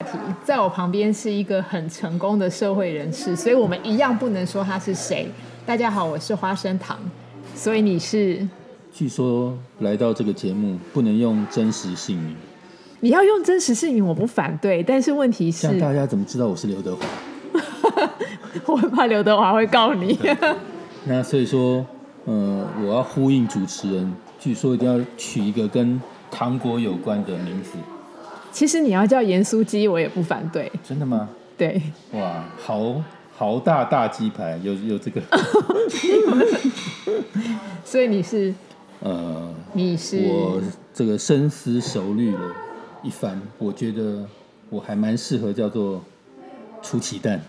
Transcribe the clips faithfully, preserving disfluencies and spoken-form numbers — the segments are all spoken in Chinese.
题，在我旁边是一个很成功的社会人士，所以我们一样不能说他是谁。大家好，我是花生糖。所以你是？ 据说来到这个节目不能用真实姓名。 你要用真实姓名我不反对，但是问题是这样大家怎么知道我是刘德华？ 我会怕刘德华会告你。 那所以说呃，我要呼应主持人，据说一定要取一个跟糖果有关的名字。 其实你要叫盐酥鸡我也不反对。 真的吗？ 对。 哇，豪豪大大鸡排有有这个。 所以你是？ 呃， 你是？ 我这个深思熟虑了一番，我觉得我还蛮适合叫做出奇蛋。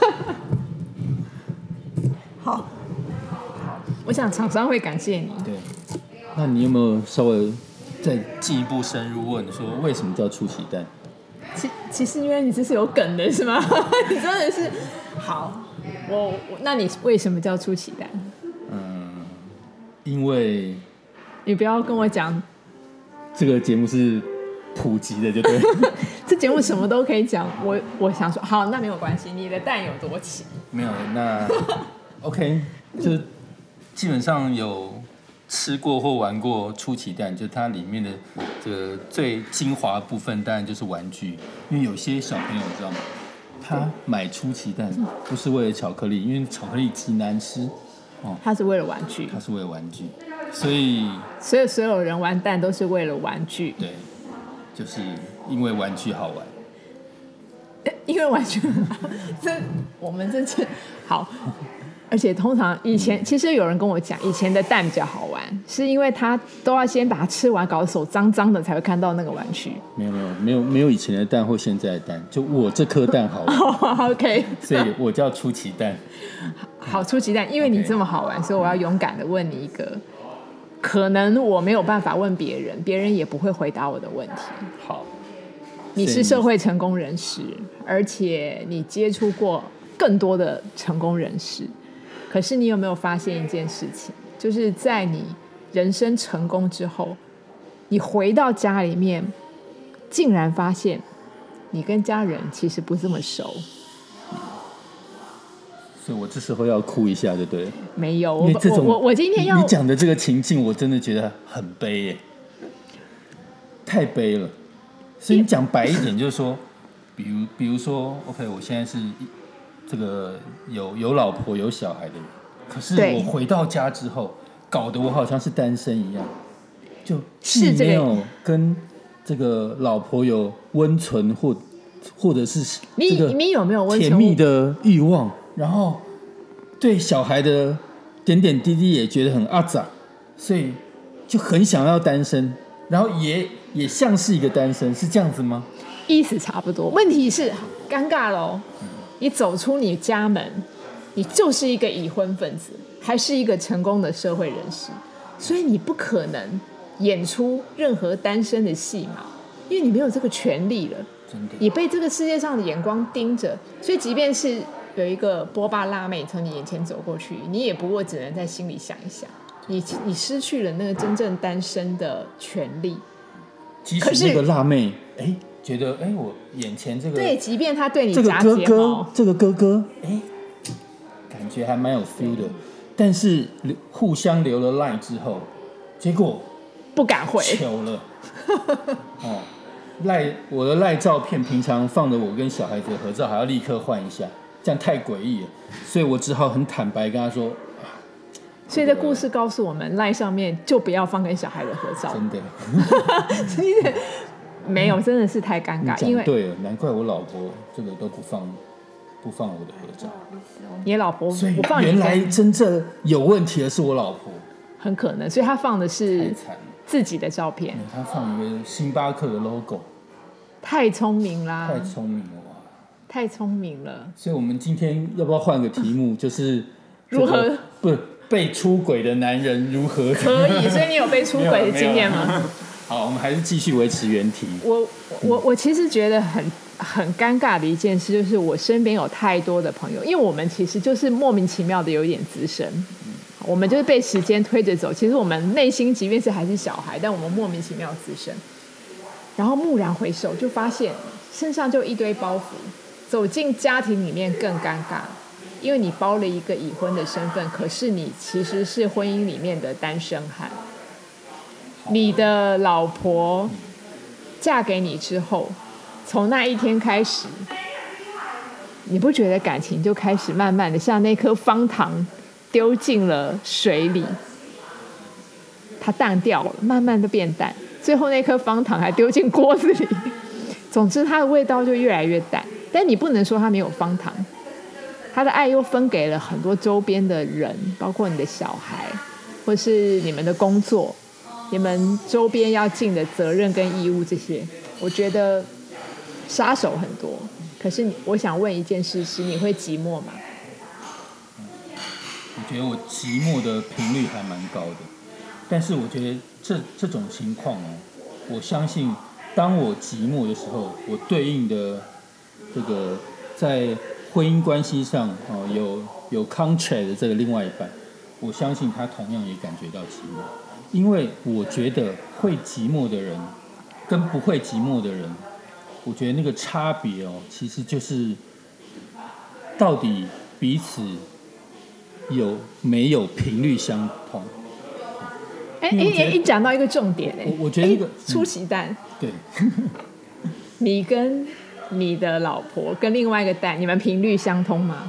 好，我想厂商会感谢你。 对，那你有没有稍微再进一步深入问说为什么叫出奇蛋？ 其其实因为你这是有梗的是吗？你真的是好，我我那你为什么叫出奇蛋？ 嗯，因为你不要跟我讲这个节目是普及的，就对。 这节目什么都可以讲。我我想说，好，那没有关系。你的蛋有多奇？ 没有，那 OK， 就基本上有吃过或玩过出奇蛋，就它里面的这个最精华部分，当然就是玩具。因为有些小朋友知道吗？他买出奇蛋不是为了巧克力，因为巧克力极难吃。 哦，他是为了玩具。 他是为了玩具，所以所以所有人玩蛋都是为了玩具。 对，就是因为玩具好玩。 因为玩具这我们这次好。而且通常以前其实有人跟我讲，以前的蛋比较好玩，是因为他都要先把它吃完，搞得手脏脏的才会看到那个玩具。 没有没有没有没有以前的蛋或现在的蛋，就我这颗蛋好玩。 oh, OK， 所以我叫出奇蛋。 好，出奇蛋，因为你这么好玩，所以我要勇敢的问你一个可能我没有办法问别人，别人也不会回答我的问题。 好， 你是社会成功人士，而且你接触过更多的成功人士。可是你有没有发现一件事情，就是在你人生成功之后，你回到家里面竟然发现你跟家人其实不这么熟。 所以我这时候要哭一下就对了。 没有， 因为这种我, 我, 我今天要你讲的这个情境我真的觉得很悲耶，太悲了。所以你讲白一点就是说，比如比如说 OK， 我现在是这个有有老婆有小孩的人，可是我回到家之后，搞得我好像是单身一样，就既没有跟这个老婆有温存或或者是这个你有没有甜蜜的欲望，然后对小孩的点点滴滴也觉得很阿杂，所以就很想要单身，然后也也像是一个单身，是这样子吗？ 意思差不多。问题是尴尬咯。你走出你家门，你就是一个已婚分子，还是一个成功的社会人士，所以你不可能演出任何单身的戏码，因为你没有这个权利了。 真的， 你被这个世界上的眼光盯着，所以即便是有一个波霸辣妹从你眼前走过去，你也不过只能在心里想一想，你你失去了那个真正单身的权利。 即使那个辣妹，哎。觉得哎，我眼前这个对，即便他对你夹睫毛， 这个哥哥，这个哥哥，哎，感觉还蛮有 feel 的。但是互相留了 line 之后，结果不敢回， 糗了。哦，赖我的赖照片，平常放的我跟小孩子的合照，还要立刻换一下，这样太诡异了。所以我只好很坦白跟他说。 所以这故事告诉我们，赖上面就不要放跟小孩的合照。 真的。 所以没有，真的是太尴尬。 因为对了，难怪我老婆这个都不放不放我的合照。 你老婆所以不放你， 原来真正有问题的是我老婆。 很可能，所以她放的是自己的照片。 她放一个星巴克的 logo。 太聪明啦！ 太聪明了哇！ 太聪明了。 所以我们今天要不要换个题目？就是、这个、如何不被出轨的男人如何？ 可以。所以你有被出轨的经验吗？ 好，我们还是继续维持原题。 我我我其实觉得很很尴尬的一件事，就是我身边有太多的朋友，因为我们其实就是莫名其妙的有一点资深，我们就是被时间推着走。其实我们内心即便是还是小孩，但我们莫名其妙资深。然后蓦然回首，就发现身上就一堆包袱，走进家庭里面更尴尬，因为你包了一个已婚的身份，可是你其实是婚姻里面的单身汉。你的老婆嫁给你之后，从那一天开始，你不觉得感情就开始慢慢的像那颗方糖丢进了水里，它淡掉了，慢慢的变淡，最后那颗方糖还丢进锅子里，总之它的味道就越来越淡。但你不能说它没有方糖，它的爱又分给了很多周边的人，包括你的小孩，或是你们的工作，你们周边要尽的责任跟义务，这些我觉得杀手很多。可是我想问一件事是，你会寂寞吗？ 我觉得我寂寞的频率还蛮高的，但是我觉得这这种情况哦，我相信当我寂寞的时候，我对应的这个在婚姻关系上哦有有 contract 的这个另外一半，我相信他同样也感觉到寂寞，因为我觉得会寂寞的人跟不会寂寞的人，我觉得那个差别哦，其实就是到底彼此有没有频率相同。 哎哎哎，你讲到一个重点哎， 我我觉得那个出奇蛋， 嗯、对， 你跟你的老婆跟另外一个蛋，你们频率相通吗？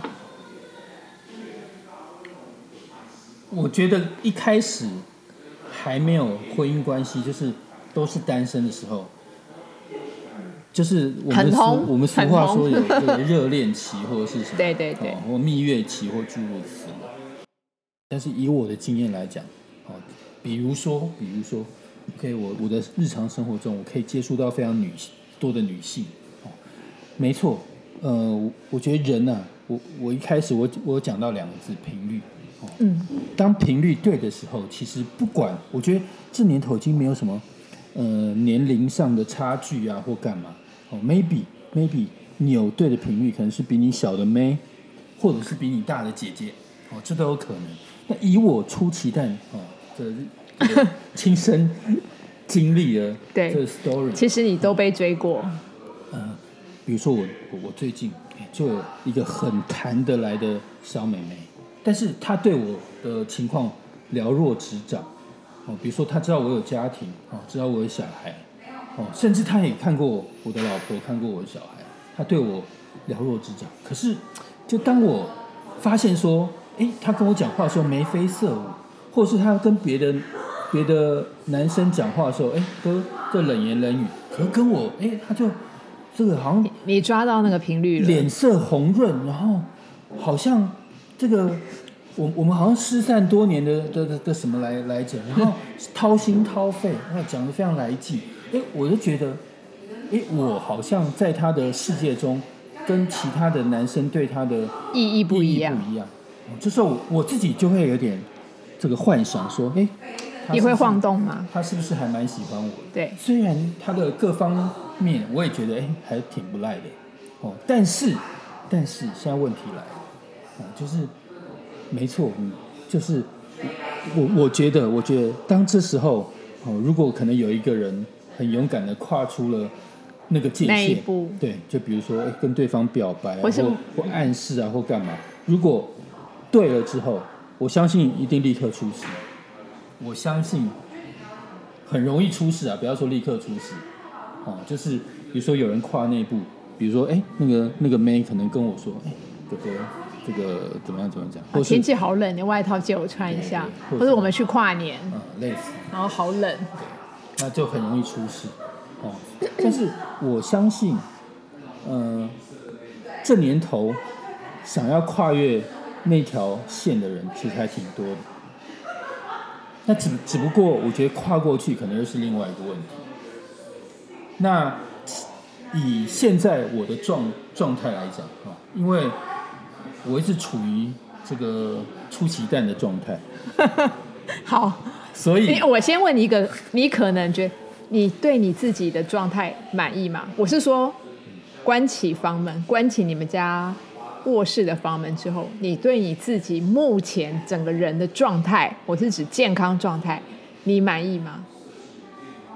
我觉得一开始还没有婚姻关系，就是都是单身的时候，就是我们俗我们俗话说有这个热恋期或者是什么， 对对对， 哦、或蜜月期或诸如此类。但是以我的经验来讲，哦，比如说，比如说 ，OK， 我我的日常生活中，我可以接触到非常女多的女性，哦，没错，呃，我, 我觉得人啊，我我一开始我我有讲到两个字频率，哦，嗯，当频率对的时候，其实不管，我觉得这年头已经没有什么呃年龄上的差距啊或干嘛，哦 ，maybe maybe 你有对的频率，可能是比你小的妹，或者是比你大的姐姐，哦，这都有可能。那以我出奇蛋哦，这这个亲身经历了这个 story， 其实你都被追过。 呃，比如说我我我最近就有一个很谈得来的小妹妹，但是她对我的情况了若指掌哦。比如说她知道我有家庭哦，知道我有小孩哦，甚至她也看过我的老婆，看过我的小孩，她对我了若指掌。可是就当我发现说，哎，他跟我讲话的时候眉飞色舞，或者是他跟别的别的男生讲话的时候，哎，都这冷言冷语。可是跟我，哎，他就这个好像你抓到那个频率了， 脸色红润，然后好像这个我我们好像失散多年的的的的什么来来讲，然后掏心掏肺，然后讲得非常来劲。哎，我就觉得，哎，我好像在他的世界中，跟其他的男生对他的意义不一样。 不一样。这时候我自己就会有点这个幻想说，哎， 你会晃动吗？ 他是不是还蛮喜欢我的？ 对， 虽然他的各方面我也觉得哎还挺不赖的，哦，但是但是现在问题来了，哦，就是没错，就是我我觉得我觉得当这时候哦，如果可能有一个人很勇敢的跨出了那个界限， 那一步， 对，就比如说哎跟对方表白啊， 或或或暗示啊或干嘛，如果对了之后，我相信一定立刻出事。我相信很容易出事啊！不要说立刻出事，哦，就是比如说有人跨那一步，比如说哎，那个那个妹可能跟我说，哎，哥哥，这个怎么样怎么样讲？ 啊，天气好冷，你外套借我穿一下，或者我们去跨年， 嗯，类似， 然后好冷， 那就很容易出事，哦。但是我相信，呃，这年头想要跨越那条线的人其实还挺多的，那只只不过我觉得跨过去可能又是另外一个问题。那以现在我的状状态来讲啊，因为我一直处于这个出奇蛋的状态。 好， 所以我先问你一个，你可能觉得你对你自己的状态满意吗？我是说，关起房门，关起你们家卧室的房门之后，你对你自己目前整个人的状态，我是指健康状态，你满意吗？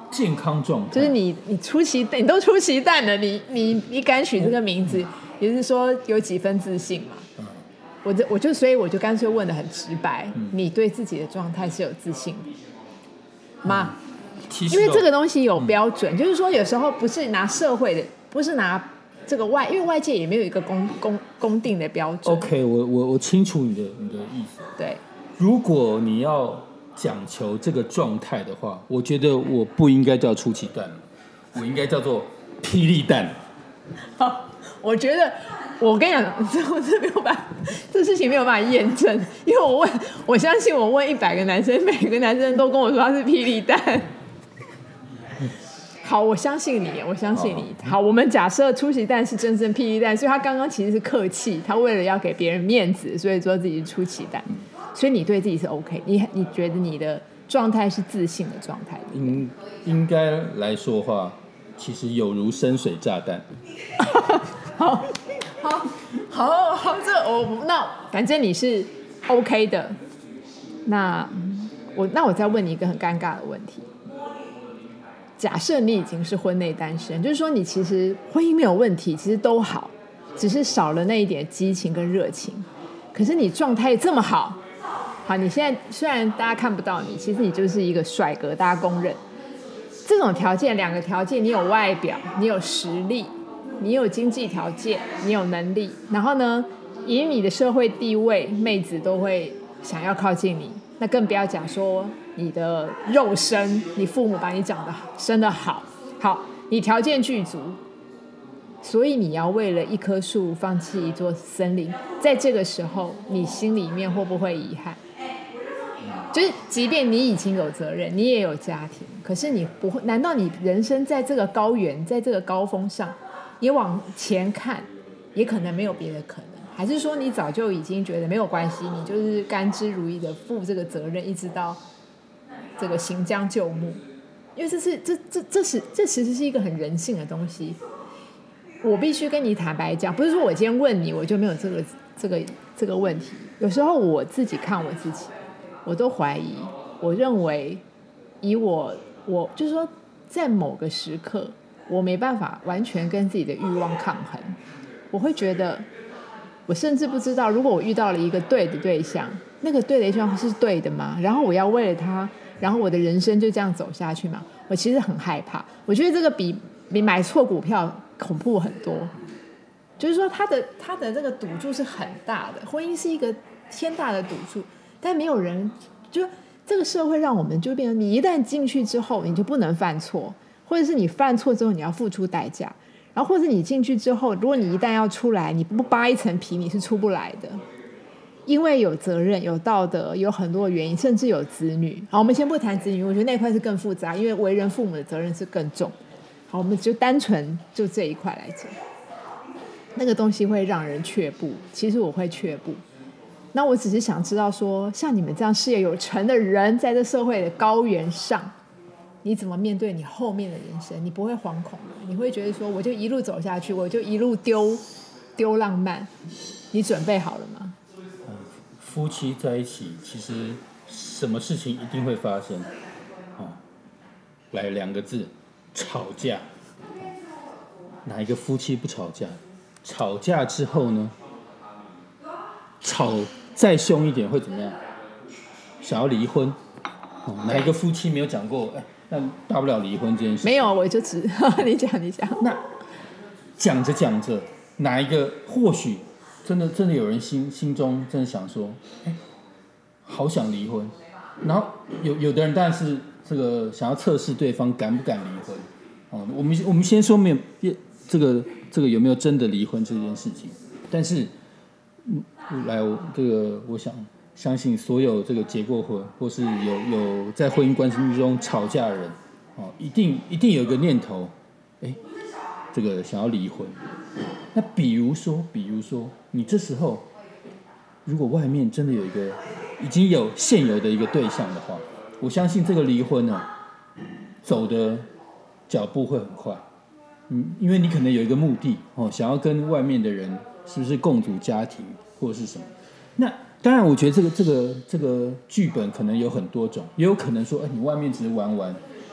健康状态， 就是你你出奇你都出奇蛋了，你你你敢取这个名字，也就是说有几分自信嘛？嗯、我就我就所以我就干脆问得很直白，嗯、你对自己的状态是有自信的吗？嗯因为这个东西有标准，嗯、就是说有时候不是拿社会的，不是拿这个外，因为外界也没有一个公公公定的标准。 OK， 我我我清楚你的你的意思。 对， 如果你要讲求这个状态的话，我觉得我不应该叫出奇蛋，我应该叫做霹雳蛋。 好，我觉得我跟你讲，我这没有办法，这事情没有办法验证，因为我问，我相信我问一百个男生，每个男生都跟我说他是霹雳蛋。好，我相信你，我相信你。好，我们假设出奇蛋是真正霹雳蛋，所以他刚刚其实是客气，他为了要给别人面子，所以说自己是出奇蛋。所以你对自己是 OK， 你你觉得你的状态是自信的状态？ 应应该来说话，其实有如深水炸弹。 好，好，好，好，这我那反正你是 OK 的。那我那我再问你一个很尴尬的问题。假设你已经是婚内单身，就是说你其实婚姻没有问题，其实都好，只是少了那一点激情跟热情。可是你状态这么好，好，你现在虽然大家看不到你，其实你就是一个帅哥，大家公认。这种条件，两个条件，你有外表，你有实力，你有经济条件，你有能力，然后呢，以你的社会地位，妹子都会想要靠近你。那更不要讲说你的肉身，你父母把你长得生得好，好，你条件具足，所以你要为了一棵树放弃一座森林，在这个时候，你心里面会不会遗憾？就是即便你已经有责任，你也有家庭，可是你不会？难道你人生在这个高原，在这个高峰上，你往前看，也可能没有别的可能？还是说你早就已经觉得没有关系，你就是甘之如饴的负这个责任，一直到这个行将就木？因为这是这这这是这其实是一个很人性的东西。我必须跟你坦白讲，不是说我今天问你我就没有这个这个这个问题。有时候我自己看我自己，我都怀疑，我认为以我我就是说，在某个时刻，我没办法完全跟自己的欲望抗衡，我会觉得。我甚至不知道，如果我遇到了一个对的对象，那个对的对象是对的吗？然后我要为了他，然后我的人生就这样走下去吗？我其实很害怕。我觉得这个比比买错股票恐怖很多。就是说，他的他的这个赌注是很大的，婚姻是一个天大的赌注，但没有人就这个社会让我们就变成，你一旦进去之后，你就不能犯错，或者是你犯错之后你要付出代价。然后或者你进去之后，如果你一旦要出来，你不扒一层皮你是出不来的，因为有责任有道德有很多原因，甚至有子女。好，我们先不谈子女，我觉得那块是更复杂，因为为人父母的责任是更重。好，我们就单纯就这一块来讲，那个东西会让人却步，其实我会却步。那我只是想知道说，像你们这样事业有成的人，在这社会的高原上，你怎么面对你后面的人生？你不会惶恐吗？你会觉得说，我就一路走下去，我就一路丢丢浪漫？你准备好了吗？ 嗯，夫妻在一起，其实什么事情一定会发生。哦，来两个字，吵架。哪一个夫妻不吵架？吵架之后呢？吵再凶一点会怎么样？想要离婚。哦，哪一个夫妻没有讲过？哎，那大不了离婚这件事。 没有，我就只你讲你讲。 那讲着讲着，哪一个或许真的真的有人心心中真的想说，哎，好想离婚。然后有有的人当然是这个想要测试对方敢不敢离婚。哦，我们我们先说没有这个这个有没有真的离婚这件事情，但是，嗯，来我这个我想。相信所有这个结过婚或是有有在婚姻关系中吵架的人，哦，一定一定有一个念头，哎，这个想要离婚。那比如说，比如说，你这时候如果外面真的有一个已经有现有的一个对象的话，我相信这个离婚呢，走的脚步会很快。嗯，因为你可能有一个目的哦，想要跟外面的人是不是共组家庭或者是什么，那。当然，我觉得这个这个这个剧本可能有很多种，也有可能说，哎，你外面只是玩玩，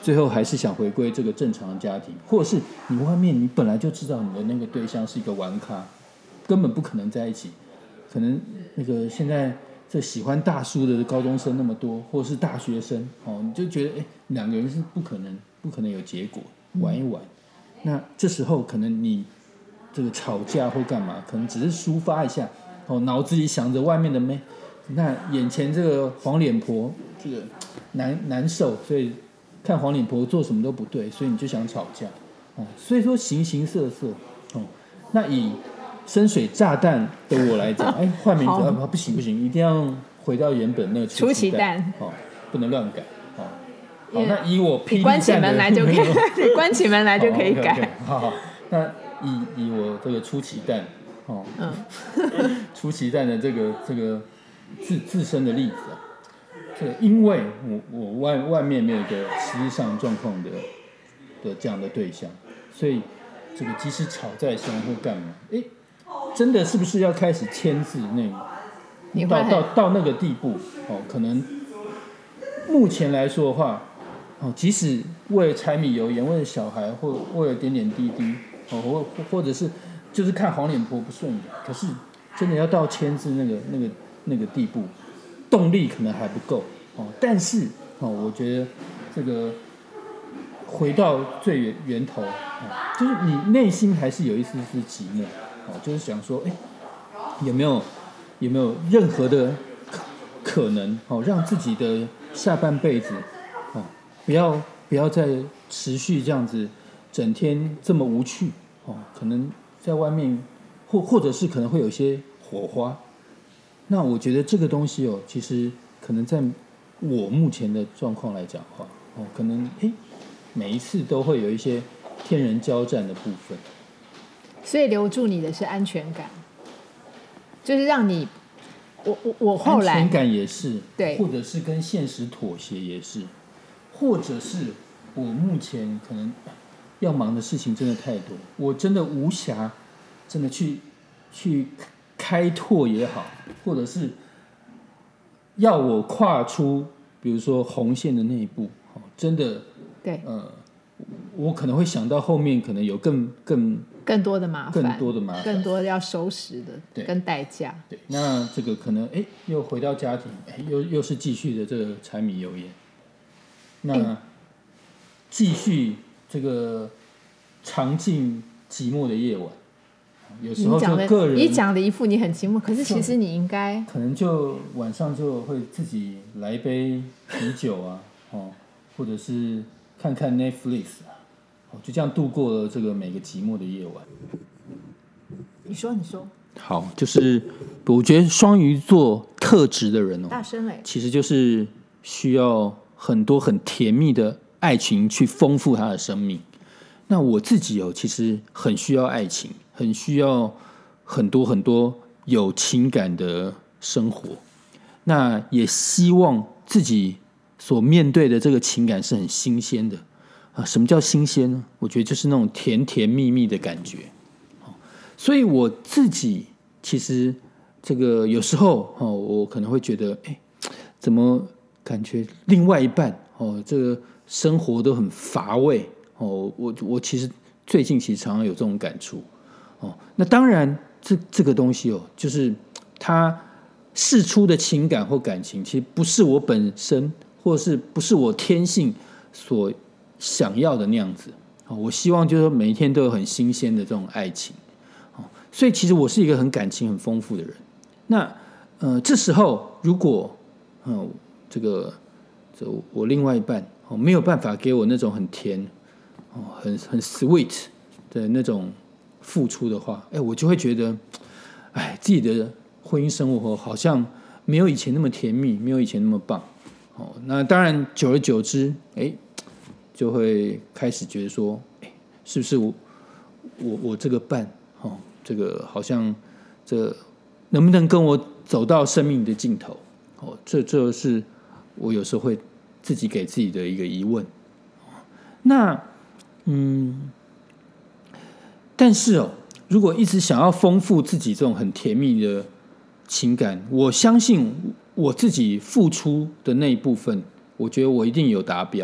最后还是想回归这个正常的家庭，或者是你外面你本来就知道你的那个对象是一个玩咖，根本不可能在一起。可能那个现在这喜欢大叔的高中生那么多，或者是大学生哦，你就觉得哎，两个人是不可能不可能有结果，玩一玩。那这时候可能你这个吵架或干嘛，可能只是抒发一下哦，脑子里想着外面的妹，那眼前这个黄脸婆这个难难受，所以看黄脸婆做什么都不对，所以你就想吵架哦。所以说形形色色哦。那以深水炸弹的我来讲，哎，换名字啊，不行不行，一定要回到原本那个出奇蛋哦，不能乱改哦。好，那以我霹雳关起门来就可以，你关起门来就可以改。 哦、okay, okay, 好好，那以以我这个出奇蛋哦，嗯，出奇蛋的这个这个自自身的例子啊，这个因为我我外外面没有一个实际上状况的的这样的对象，所以这个即使吵在胸或干嘛，哎，真的是不是要开始签字那个？到到到那个地步哦，可能目前来说的话。哦，即使为了柴米油盐，为了小孩，或为了点点滴滴，哦，或或者是就是看黄脸婆不顺眼，可是真的要到签字那个那个那个地步，动力可能还不够哦。但是哦，我觉得这个回到最源源头哦，就是你内心还是有一丝丝寂寞哦，就是想说，哎，有没有有没有任何的可可能哦，让自己的下半辈子。不要不要再持续这样子，整天这么无趣哦。可能在外面，或或者是可能会有一些火花。那我觉得这个东西哦，其实可能在我目前的状况来讲的话，哦，可能嘿，每一次都会有一些天人交战的部分。 所以留住你的是安全感，就是让你，我我我后来安全感也是， 对， 或者是跟现实妥协也是。或者是我目前可能要忙的事情真的太多，我真的无暇，真的去去开拓也好，或者是要我跨出，比如说红线的那一步，真的， 对， 呃，我可能会想到后面可能有更更更多的麻烦， 更多的麻烦， 更多要收拾的，跟代价。 对，那这个可能哎，又回到家庭，哎，又又是继续的这个柴米油盐。那继续这个尝尽寂寞的夜晚，有时候就个人你讲的一副你很寂寞，可是其实你应该可能就晚上就会自己来一杯啤酒啊，哦，或者是看看 Netflix 啊，哦，就这样度过了这个每个寂寞的夜晚。 你说，你说。 好，就是我觉得双鱼座特质的人哦， 大声嘞， 其实就是需要很多很甜蜜的爱情去丰富他的生命。那我自己哦，其实很需要爱情，很需要很多很多有情感的生活。那也希望自己所面对的这个情感是很新鲜的啊。什么叫新鲜呢？我觉得就是那种甜甜蜜蜜的感觉。所以我自己其实这个有时候哦，我可能会觉得，哎，怎么感觉另外一半哦，这个生活都很乏味哦。我我其实最近其实常常有这种感触哦。那当然，这这个东西哦，就是他释出的情感或感情，其实不是我本身，或者是不是我天性所想要的那样子哦。我希望就是每一天都有很新鲜的这种爱情。所以其实我是一个很感情很丰富的人。那呃，这时候如果呃这个这我另外一半哦没有办法给我那种很甜哦很很 sweet 的那种付出的话，哎，我就会觉得，哎，自己的婚姻生活好像没有以前那么甜蜜，没有以前那么棒哦。那当然，久而久之，哎，就会开始觉得说，哎，是不是我我我这个伴哦？这个好像，这能不能跟我走到生命的尽头？哦，这这是我有时候会自己给自己的一个疑问。那嗯，但是哦，如果一直想要丰富自己这种很甜蜜的情感，我相信我自己付出的那一部分，我觉得我一定有达标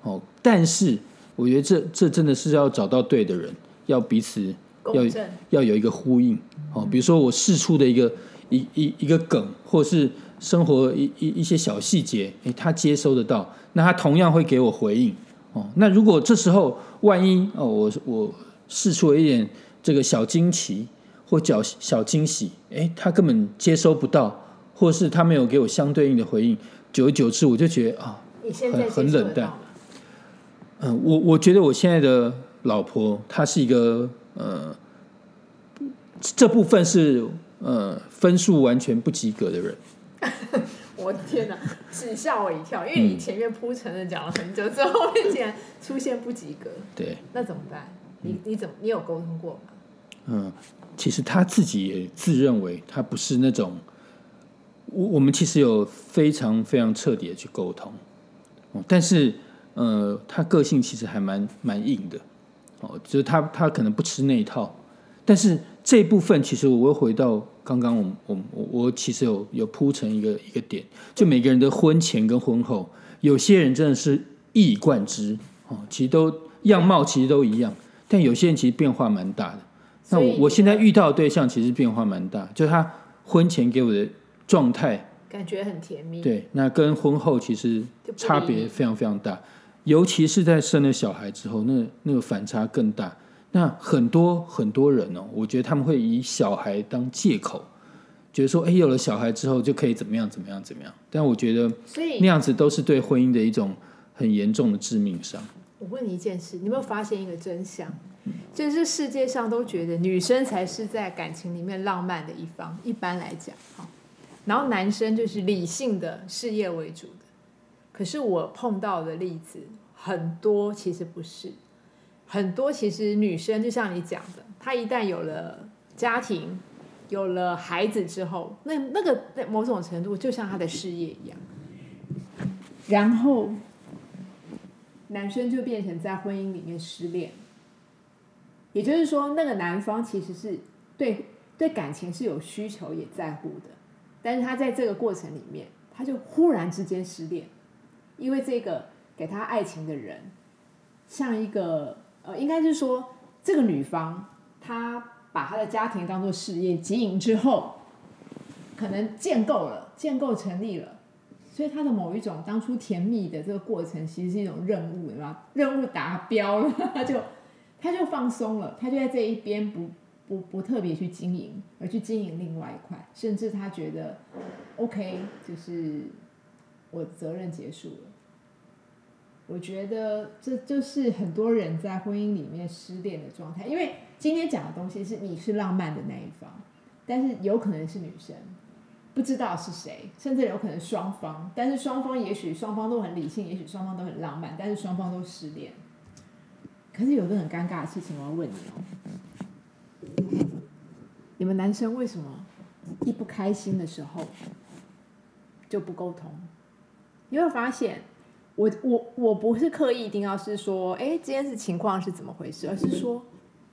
哦，但是我觉得这这真的是要找到对的人，要彼此要要有一个呼应。哦，比如说我释出的一个一一一个梗，或是生活一一一些小细节，哎，他接收得到，那他同样会给我回应。哦，那如果这时候万一哦，我我释出了一点这个小惊奇或小小惊喜，哎，他根本接收不到，或是他没有给我相对应的回应，久而久之我就觉得啊，很很冷淡。嗯，我我觉得我现在的老婆她是一个呃，这部分是呃分数完全不及格的人。 我的天哪，只吓我一跳，因为你前面铺陈的讲了很久，最后面竟然出现不及格。 对， 那怎么办？你你怎么你有沟通过吗？ 嗯，其实他自己也自认为他不是那种，我我们其实有非常非常彻底的去沟通，但是呃，他个性其实还蛮蛮硬的，哦，就是他他可能不吃那一套，但是这一部分其实我又回到刚刚我我我我其实有有铺成一个一个点，就每个人的婚前跟婚后，有些人真的是一以贯之，哦，其实都样貌其实都一样，但有些人其实变化蛮大的。那我我现在遇到的对象其实变化蛮大，就他婚前给我的状态感觉很甜蜜， 对，那跟婚后其实差别非常非常大，尤其是在生了小孩之后，那那个反差更大。那很多很多人哦，我觉得他们会以小孩当借口，觉得说，哎，有了小孩之后就可以怎么样怎么样怎么样。但我觉得那样子都是对婚姻的一种很严重的致命伤。 我问你一件事，你有没有发现一个真相？就是世界上都觉得女生才是在感情里面浪漫的一方，一般来讲，然后男生就是理性的、事业为主的。可是我碰到的例子很多，其实不是很多。其实女生就像你讲的，她一旦有了家庭、有了孩子之后，那那个在某种程度就像她的事业一样，然后男生就变成在婚姻里面失恋。也就是说，那个男方其实是对对感情是有需求也在乎的，但是他在这个过程里面，他就忽然之间失恋，因为这个给他爱情的人，像一个呃，应该是说这个女方，她把她的家庭当作事业经营之后，可能建构了，建构成立了，所以她的某一种当初甜蜜的这个过程，其实是一种任务，对吧？任务达标了，他就。他就放松了，他就在这一边不不不特别去经营，而去经营另外一块，甚至他觉得 OK， 就是我责任结束了。我觉得这就是很多人在婚姻里面失恋的状态，因为今天讲的东西是你是浪漫的那一方，但是有可能是女生，不知道是谁，甚至有可能双方，但是双方也许双方都很理性，也许双方都很浪漫，但是双方都失恋。可是有个很尴尬的事情，我要问你哦，你们男生为什么一不开心的时候就不沟通？你会发现，我我我不是刻意一定要是说，哎，今天是情况是怎么回事，而是说，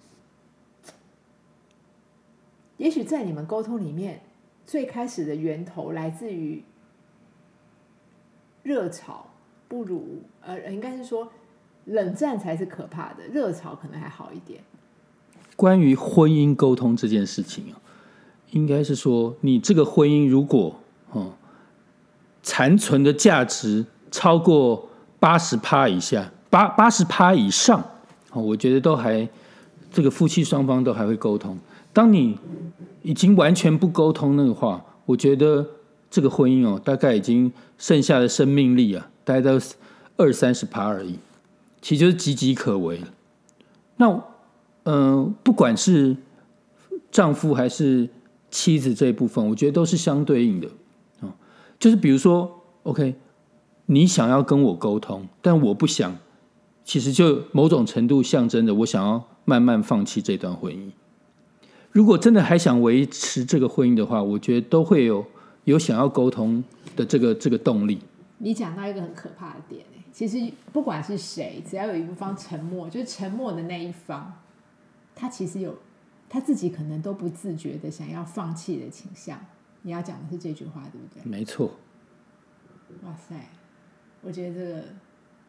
也许在你们沟通里面，最开始的源头来自于热吵，不如呃，应该是说。冷战才是可怕的，热吵可能还好一点。 关于婚姻沟通这件事情啊，应该是说，你这个婚姻如果哦残存的价值超过八十趴以下，八八十趴以上，哦，我觉得都还这个夫妻双方都还会沟通。当你已经完全不沟通那个话，我觉得这个婚姻哦，大概已经剩下的生命力啊，大概都二三十趴而已。其实就是岌岌可危了。那，嗯、呃，不管是丈夫还是妻子这一部分，我觉得都是相对应的。哦，就是比如说 ，OK， 你想要跟我沟通，但我不想，其实就某种程度象征着我想要慢慢放弃这段婚姻。如果真的还想维持这个婚姻的话，我觉得都会有有想要沟通的这个这个动力。 你讲到一个很可怕的点。其实不管是谁，只要有一方沉默，就是沉默的那一方，他其实有他自己可能都不自觉的想要放弃的倾向。你要讲的是这句话，对不对？ 没错。 哇塞，我觉得这个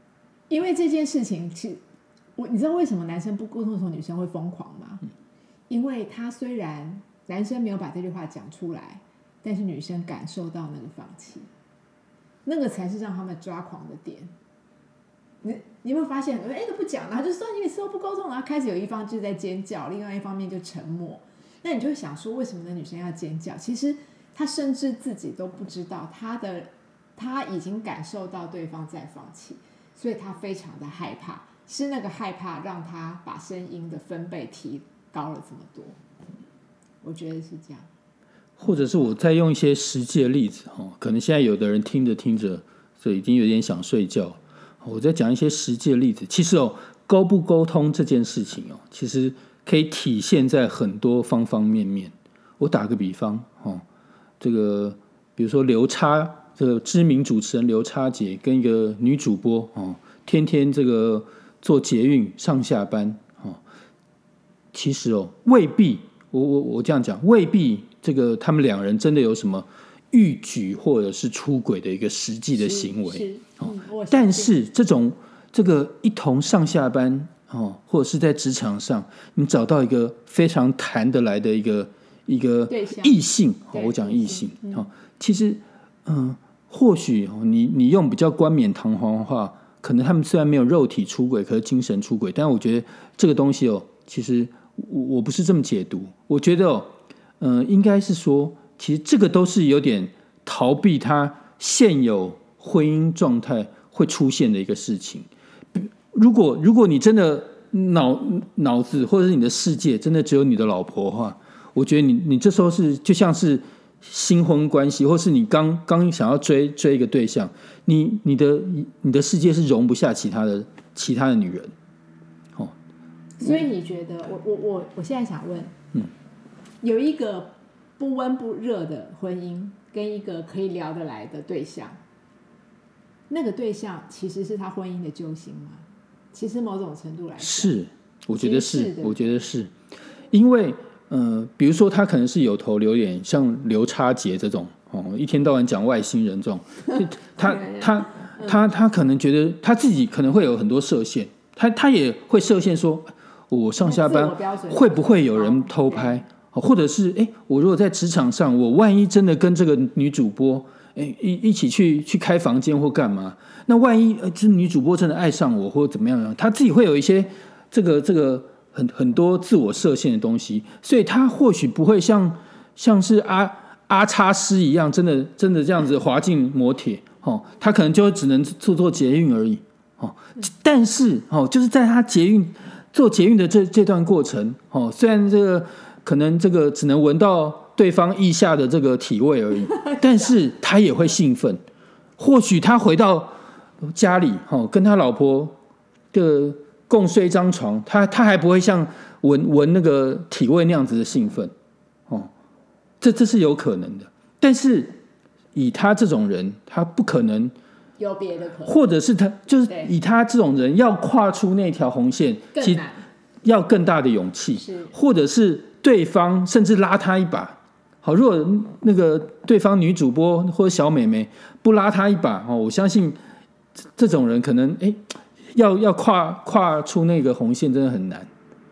因为这件事情，其实我你知道为什么男生不沟通的时候女生会疯狂吗？嗯、因为他虽然男生没有把这句话讲出来，但是女生感受到那个放弃，那个才是让他们抓狂的点。你你有没有发现很多人哎都不讲，然后就说你每次都不沟通，然后开始有一方就是在尖叫，另外一方面就沉默。那你就会想说，为什么那女生要尖叫？其实她甚至自己都不知道，她的她已经感受到对方在放弃，所以她非常的害怕，是那个害怕让她把声音的分贝提高了这么多。我觉得是这样。 或者是我再用一些实际的例子，可能现在有的人听着听着，就已经有点想睡觉。我再讲一些实际的例子。其实哦，沟不沟通这件事情哦，其实可以体现在很多方方面面。我打个比方哦，这个比如说刘叉，这个知名主持人刘叉姐跟一个女主播哦，天天这个做捷运上下班哦，其实哦未必，我我我这样讲，未必这个他们两人真的有什么逾矩或者是出轨的一个实际的行为。 是嗯、 但是这种这个一同上下班哦，或者是在职场上，你找到一个非常谈得来的一个一个异性，哦、我讲异性，嗯哦、其实嗯，或许你你用比较冠冕堂皇的话，可能他们虽然没有肉体出轨，可是精神出轨。但我觉得这个东西哦，其实我我不是这么解读，我觉得哦，嗯、呃，应该是说，其实这个都是有点逃避他现有婚姻状态会出现的一个事情。如果如果你真的脑脑子或者是你的世界真的只有你的老婆的话，我觉得你你这时候是就像是新婚关系，或是你刚刚想要追追一个对象，你你的你的世界是容不下其他的其他的女人。哦， 所以你觉得我我我我现在想问，嗯，有一个不温不热的婚姻跟一个可以聊得来的对象，那个对象其实是他婚姻的救星吗？其实某种程度来说是，我觉得是，我觉得是，因为呃，比如说他可能是有头有脸，像刘叉杰这种哦，一天到晚讲外星人这种，他他他他可能觉得他自己可能会有很多设限，他他也会设限说，我上下班会不会有人偷拍，或者是哎，我如果在职场上，我万一真的跟这个女主播。一一起去去开房间或干嘛？那万一呃，这女主播真的爱上我，或者怎么样，她自己会有一些这个这个很很多自我设限的东西，所以她或许不会像像是阿阿叉师一样，真的真的这样子滑进摩铁哦，她可能就只能做做捷运而已哦。但是哦，就是在她捷运做捷运的这这段过程哦，虽然这个可能这个只能闻到对方腋下的这个体味而已，但是他也会兴奋。或许他回到家里，跟他老婆的共睡一张床，他他还不会像闻闻那个体味那样子的兴奋。哦，这这是有可能的。但是以他这种人，他不可能有别的可能， 或者是他就是以他这种人要跨出那条红线， 更难， 要更大的勇气，或者是对方甚至拉他一把。好，如果那个对方女主播或者小妹妹不拉他一把，我相信这种人可能哎，要要跨跨出那个红线真的很难。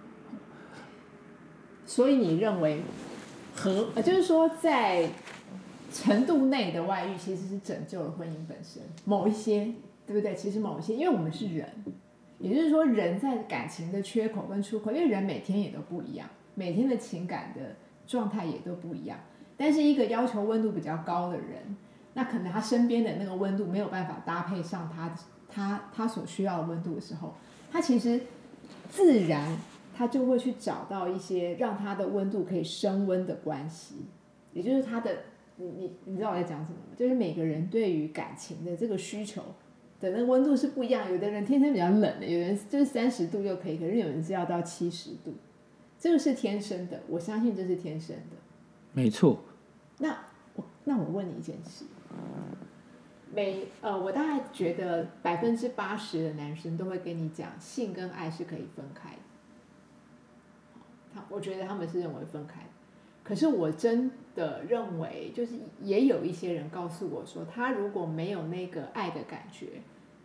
所以你认为和呃，就是说在程度内的外遇其实是拯救了婚姻本身，某一些对不对？其实某一些，因为我们是人，也就是说人在感情的缺口跟出口，因为人每天也都不一样，每天的情感的状态也都不一样，但是一个要求温度比较高的人，那可能他身边的那个温度没有办法搭配上他他他所需要的温度的时候，他其实自然他就会去找到一些让他的温度可以升温的关系，也就是他的你你你知道我在讲什么吗？就是每个人对于感情的这个需求的那个温度是不一样，有的人天生比较冷的，有人就是三十度就可以，可是有人是要到七十度。这个是天生的，我相信这是天生的， 没错。 那我那我问你一件事，每呃，我大概觉得百分之八十的男生都会跟你讲，性跟爱是可以分开的。他我觉得他们是认为分开的，可是我真的认为，就是也有一些人告诉我说，他如果没有那个爱的感觉，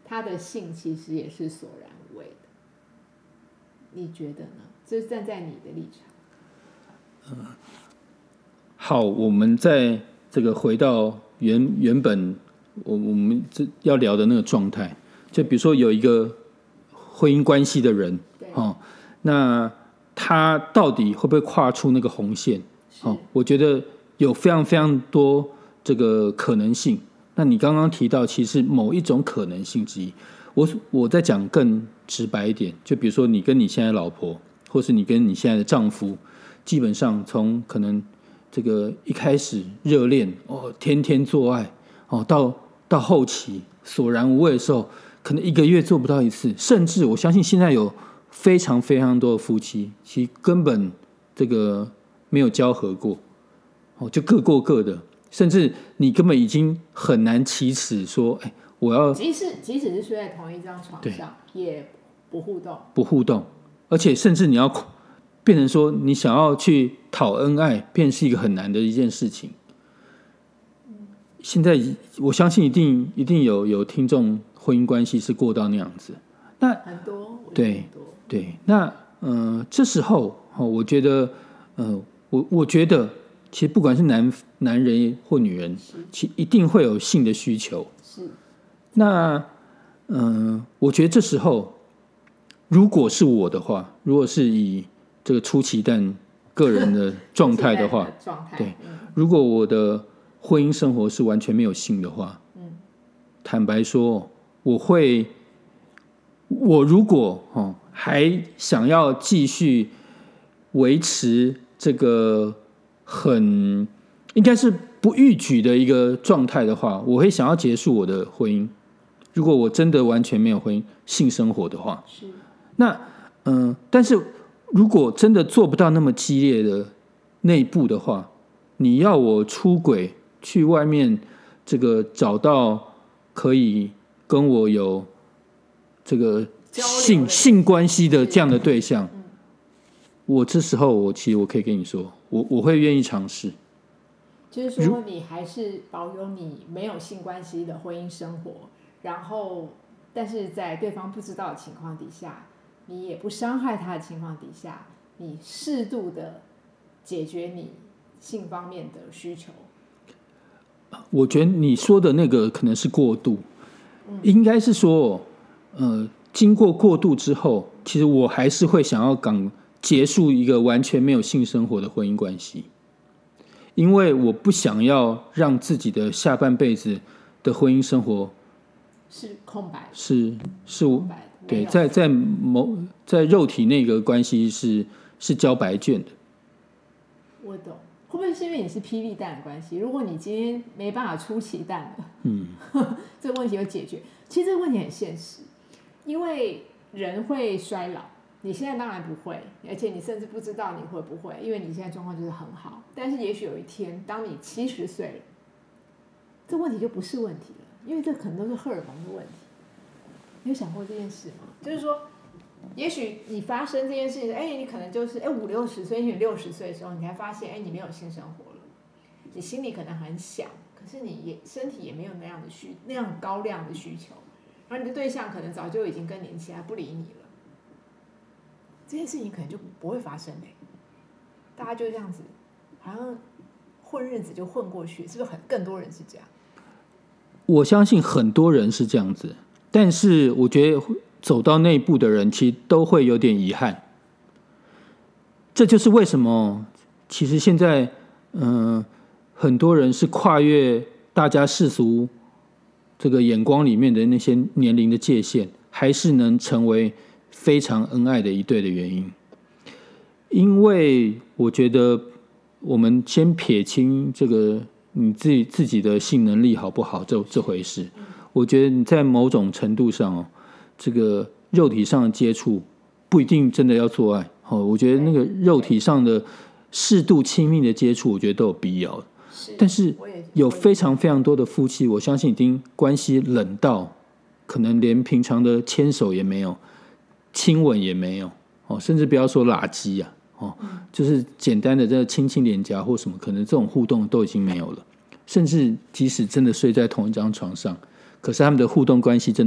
他的性其实也是索然无味的。你觉得呢？这是站在你的立场。 嗯，好，我们在这个回到原原本我我们这要聊的那个状态，就比如说有一个婚姻关系的人，哦，那他到底会不会跨出那个红线？哦，我觉得有非常非常多这个可能性。那你刚刚提到，其实某一种可能性之一，我我再讲更直白一点，就比如说你跟你现在的老婆，或是你跟你现在的丈夫，基本上从可能这个一开始热恋哦，天天做爱哦，到到后期索然无味的时候，可能一个月做不到一次，甚至我相信现在有非常非常多的夫妻，其实根本这个没有交合过，哦，就各过各的。甚至你根本已经很难启齿说，哎，我要即使即使是睡在同一张床上，也不互动， 不互动，而且甚至你要变成说，你想要去讨恩爱，变成是一个很难的一件事情。嗯、现在我相信一定一定有有听众婚姻关系是过到那样子，那很多， 对很多对，那呃这时候哦，我觉得呃我我觉得。其实不管是男男人或女人，其一定会有性的需求。 是。 那嗯、呃，我觉得这时候，如果是我的话，如果是以这个出奇蛋个人的状态的话， 状态对、嗯，如果我的婚姻生活是完全没有性的话，嗯，坦白说，我会，我如果哦还想要继续维持这个。很应该是不逾矩的一个状态的话，我会想要结束我的婚姻。如果我真的完全没有婚姻性生活的话， 是那嗯、呃，但是如果真的做不到那么激烈的那一步的话，你要我出轨去外面这个找到可以跟我有这个性性关系的这样的对象。我这时候，我其实我可以跟你说，我我会愿意尝试。 就是说，你还是保有你没有性关系的婚姻生活，然后，但是在对方不知道的情况底下，你也不伤害他的情况底下，你适度的解决你性方面的需求。 我觉得你说的那个可能是过度，嗯、应该是说，呃，经过过渡之后，其实我还是会想要赶。结束一个完全没有性生活的婚姻关系，因为我不想要让自己的下半辈子的婚姻生活是空白的， 是是我对在在某在肉体那个关系是是交白卷的。 我懂，会不会是因为你是霹雳蛋的关系？如果你今天没办法出奇蛋了，嗯，这个问题有解决。其实这个问题很现实，因为人会衰老。你现在当然不会，而且你甚至不知道你会不会，因为你现在状况就是很好。但是也许有一天，当你七十岁了，这问题就不是问题了，因为这可能都是荷尔蒙的问题。你有想过这件事吗？就是说，也许你发生这件事情，哎，你可能就是哎五六十岁，你六十岁的时候，你才发现，哎，你没有性生活了，你心里可能很想，可是你也身体也没有那样的需那样高量的需求，然后你的对象可能早就已经更年期，还不理你了。这件事情可能就不会发生嘞、欸，大家就这样子，好像混日子就混过去，是不是很更多人是这样？ 我相信很多人是这样子，但是我觉得走到那一步的人，其实都会有点遗憾。这就是为什么，其实现在，嗯、呃，很多人是跨越大家世俗这个眼光里面的那些年龄的界限，还是能成为。非常恩爱的一对的原因，因为我觉得我们先撇清这个你自己自己的性能力好不好这这回事，我觉得你在某种程度上哦，这个肉体上的接触不一定真的要做爱哦，我觉得那个肉体上的适度亲密的接触，我觉得都有必要的。但是有非常非常多的夫妻，我相信已经关系冷到可能连平常的牵手也没有。亲吻也没有哦，甚至不要说拉鸡啊哦，就是简单的这个亲亲脸颊或什么，可能这种互动都已经没有了。甚至即使真的睡在同一张床上，可是他们的互动关系真的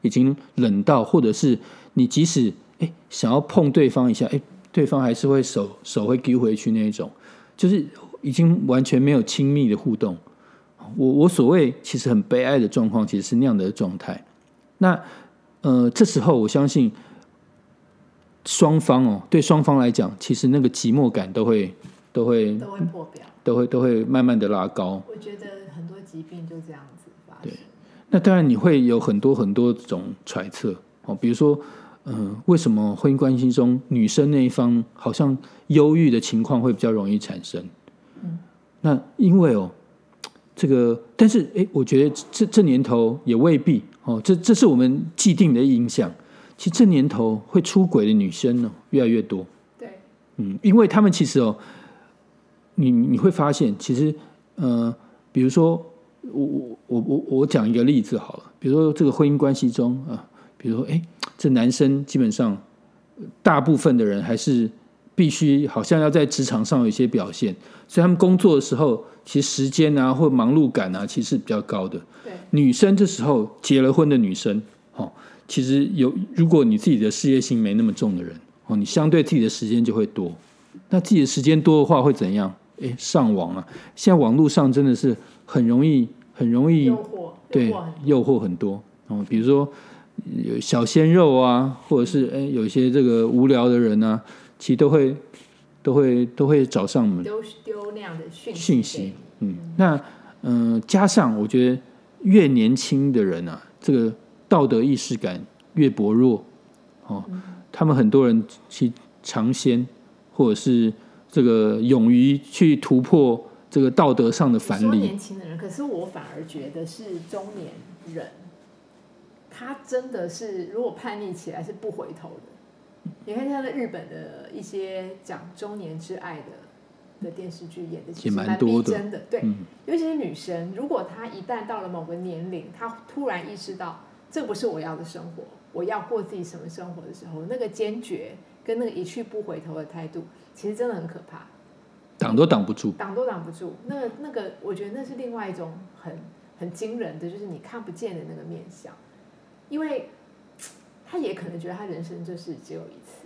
已经冷到，或者是你即使哎想要碰对方一下，哎，对方还是会手手会丢回去那一种，就是已经完全没有亲密的互动。我我所谓其实很悲哀的状况，其实是那样的状态。那呃，这时候我相信双方哦，对双方来讲，其实那个寂寞感都会都会都会破表， 都会都会慢慢的拉高。 我觉得很多疾病就这样子发生。 对，那当然你会有很多很多种揣测哦，比如说，嗯、呃，为什么婚姻关系中女生那一方好像忧郁的情况会比较容易产生？嗯，那因为哦，这个，但是哎，我觉得这这年头也未必哦，这这是我们既定的印象。其实这年头会出轨的女生呢、哦、越来越多。 对， 嗯，因为他们其实哦，你你会发现，其实呃，比如说我我我我我讲一个例子好了，比如说这个婚姻关系中啊、呃，比如说哎，这男生基本上大部分的人还是必须好像要在职场上有一些表现，所以他们工作的时候，其实时间啊或忙碌感啊，其实是比较高的。 对， 女生这时候结了婚的女生，哦，其实有如果你自己的事业心没那么重的人，哦，你相对自己的时间就会多。那自己的时间多的话会怎样？哎，上网啊！现在网络上真的是很容易，很容易诱惑， 对，诱惑很多哦。比如说有小鲜肉啊，或者是哎有一些这个无聊的人啊，其实都会都会都会找上门丢丢那样的讯息。 讯息，嗯，那嗯、呃，加上我觉得越年轻的人啊，这个道德意识感越薄弱哦，嗯、他们很多人去尝鲜，或者是这个勇于去突破这个道德上的藩篱。 年轻的人，可是我反而觉得是中年人，他真的是如果叛逆起来是不回头的。你看像日本的一些讲中年之爱的的电视剧演的其实蛮逼真的，对、嗯，尤其是女生，如果她一旦到了某个年龄，她突然意识到这不是我要的生活，我要过自己什么生活的时候，那个坚决跟那个一去不回头的态度，其实真的很可怕， 挡都挡不住， 挡都挡不住。那个那个，我觉得那是另外一种很很惊人的，就是你看不见的那个面向，因为他也可能觉得他人生就是只有一次。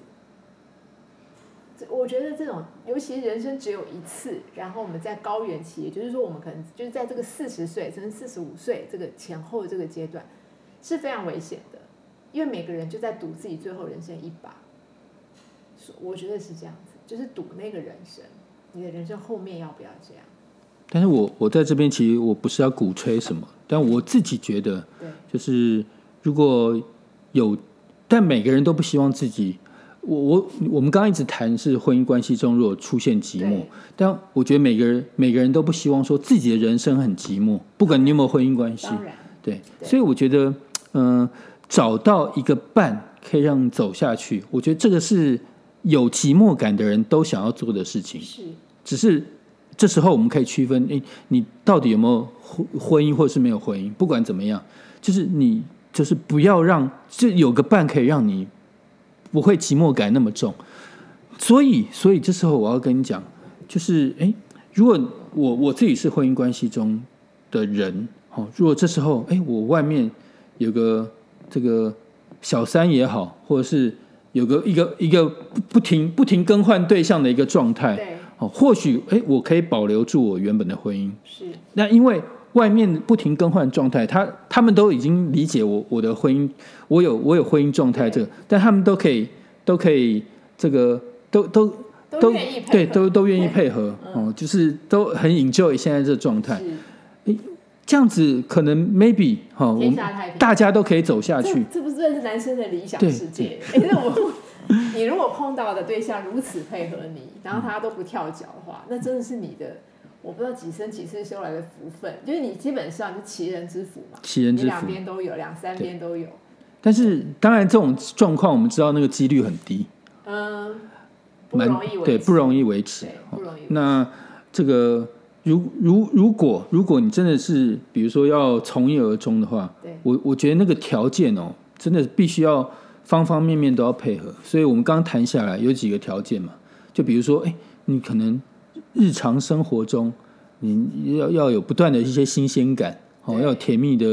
我觉得这种，尤其人生只有一次，然后我们在高原期，也就是说，我们可能就是在这个四十岁甚至四十五岁这个前后这个阶段，是非常危险的，因为每个人就在赌自己最后人生一把。我觉得是这样子，就是赌那个人生，你的人生后面要不要这样？ 但是我我在这边其实我不是要鼓吹什么，但我自己觉得，就是如果有，但每个人都不希望自己。我我我们刚刚一直谈是婚姻关系中如果出现寂寞，但我觉得每个人每个人都不希望说自己的人生很寂寞，不管你有没有婚姻关系，对，所以我觉得，嗯、呃，找到一个伴可以让你走下去，我觉得这个是有寂寞感的人都想要做的事情。 是， 只是这时候我们可以区分，哎，你到底有没有婚姻，或是没有婚姻？不管怎么样，就是你就是不要让，就有个伴可以让你不会寂寞感那么重。所以，所以这时候我要跟你讲，就是哎，如果我我自己是婚姻关系中的人，哦，如果这时候哎，我外面有个这个小三也好，或者是有个一个一个不停不停更换对象的一个状态， 对， 哦，或许哎，我可以保留住我原本的婚姻。 是， 那因为外面不停更换状态，他他们都已经理解我我的婚姻，我有我有婚姻状态这个，但他们都可以都可以这个都都都愿意配合， 对，都都愿意配合、嗯、哦，就是都很 enjoy 现在这个状态。这样子可能 maybe 哈、哦，我们大家都可以走下去。 这, 这不是是男生的理想世界？哎，那我你如果碰到的对象如此配合你，然后他都不跳脚的话，那真的是你的。我不知道几生几世修来的福分，就是你基本上就齐人之福嘛， 齐人之福， 你两边都有，两三边都有。 但是当然，这种状况我们知道那个几率很低， 嗯，不容易维持， 对，不容易维持， 不容易维持。 那这个如如如果如果你真的是比如说要从一而终的话，我我觉得那个条件哦，真的必须要方方面面都要配合。所以我们刚刚谈下来有几个条件嘛，就比如说，哎，你可能日常生活中，你要要有不断的一些新鲜感，哦，要有甜蜜的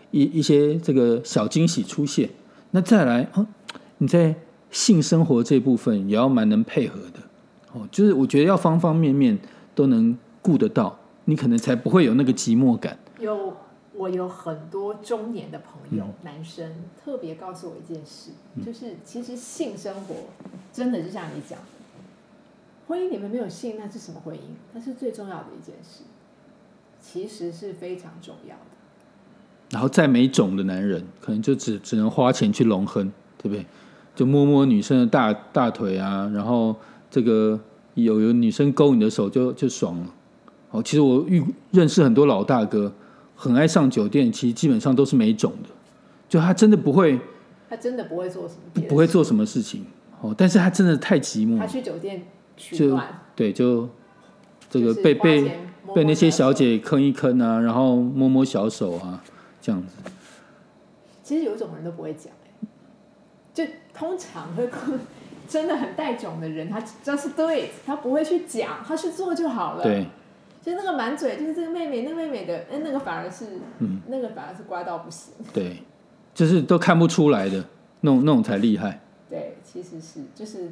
一一些这个小惊喜出现。那再来，啊，你在性生活这部分也要蛮能配合的哦，就是我觉得要方方面面都能顾得到，你可能才不会有那个寂寞感。 有，我有很多中年的朋友， 嗯、 男生特别告诉我一件事，嗯、就是其实性生活真的就像你讲的，婚姻里面没有性，那是什么婚姻？那是最重要的一件事，其实是非常重要的。 然后再没种的男人，可能就只只能花钱去隆亨，对不对？就摸摸女生的大大腿啊，然后这个有有女生勾你的手就就爽了。哦，其实我遇认识很多老大哥，很爱上酒店，其实基本上都是没种的，就他真的不会， 他真的不会做什么， 不会做什么事情。哦，但是他真的太寂寞， 他去酒店取暖， 对，就这个被被被那些小姐坑一坑啊，然后摸摸小手啊，这样子。 其实有一种人都不会讲。就通常会真的很带种的人，他 just do it， 他不会去讲，他去做就好了。 对， 就那个满嘴就是这个妹妹，那个妹妹的，哎，那个反而是，嗯，那个反而是乖到不行。 对，就是都看不出来的那种，那种才厉害。 对，其实是就是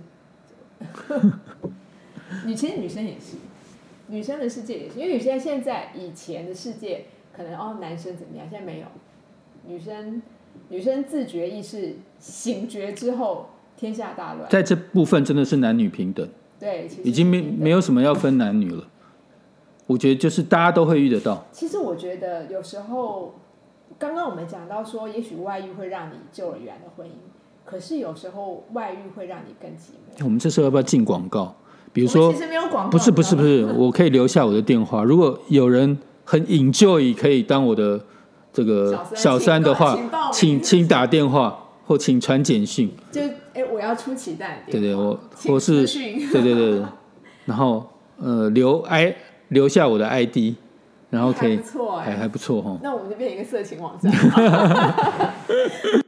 女其实女生也是，女生的世界也是，因为女生现在以前的世界可能哦男生怎么样，现在没有，女生。女生自觉意识醒觉之后，天下大乱。在这部分真的是男女平等， 对，其实已经没没有什么要分男女了。我觉得就是大家都会遇得到。 其实我觉得有时候，刚刚我们讲到说，也许外遇会让你救了原来的婚姻，可是有时候外遇会让你更寂寞。 我们这时候要不要进广告？比如说， 其实没有广告， 不是不是不是，我可以留下我的电话。如果有人很 enjoy 可以当我的。这个小三的话，请请打电话或请传简讯。 就哎，我要出奇蛋。 对对，我或是对对对，然后呃留 i 留下我的 I D， 然后可以还不错哎， 还还不错哈。 那我们就变成一个色情网站。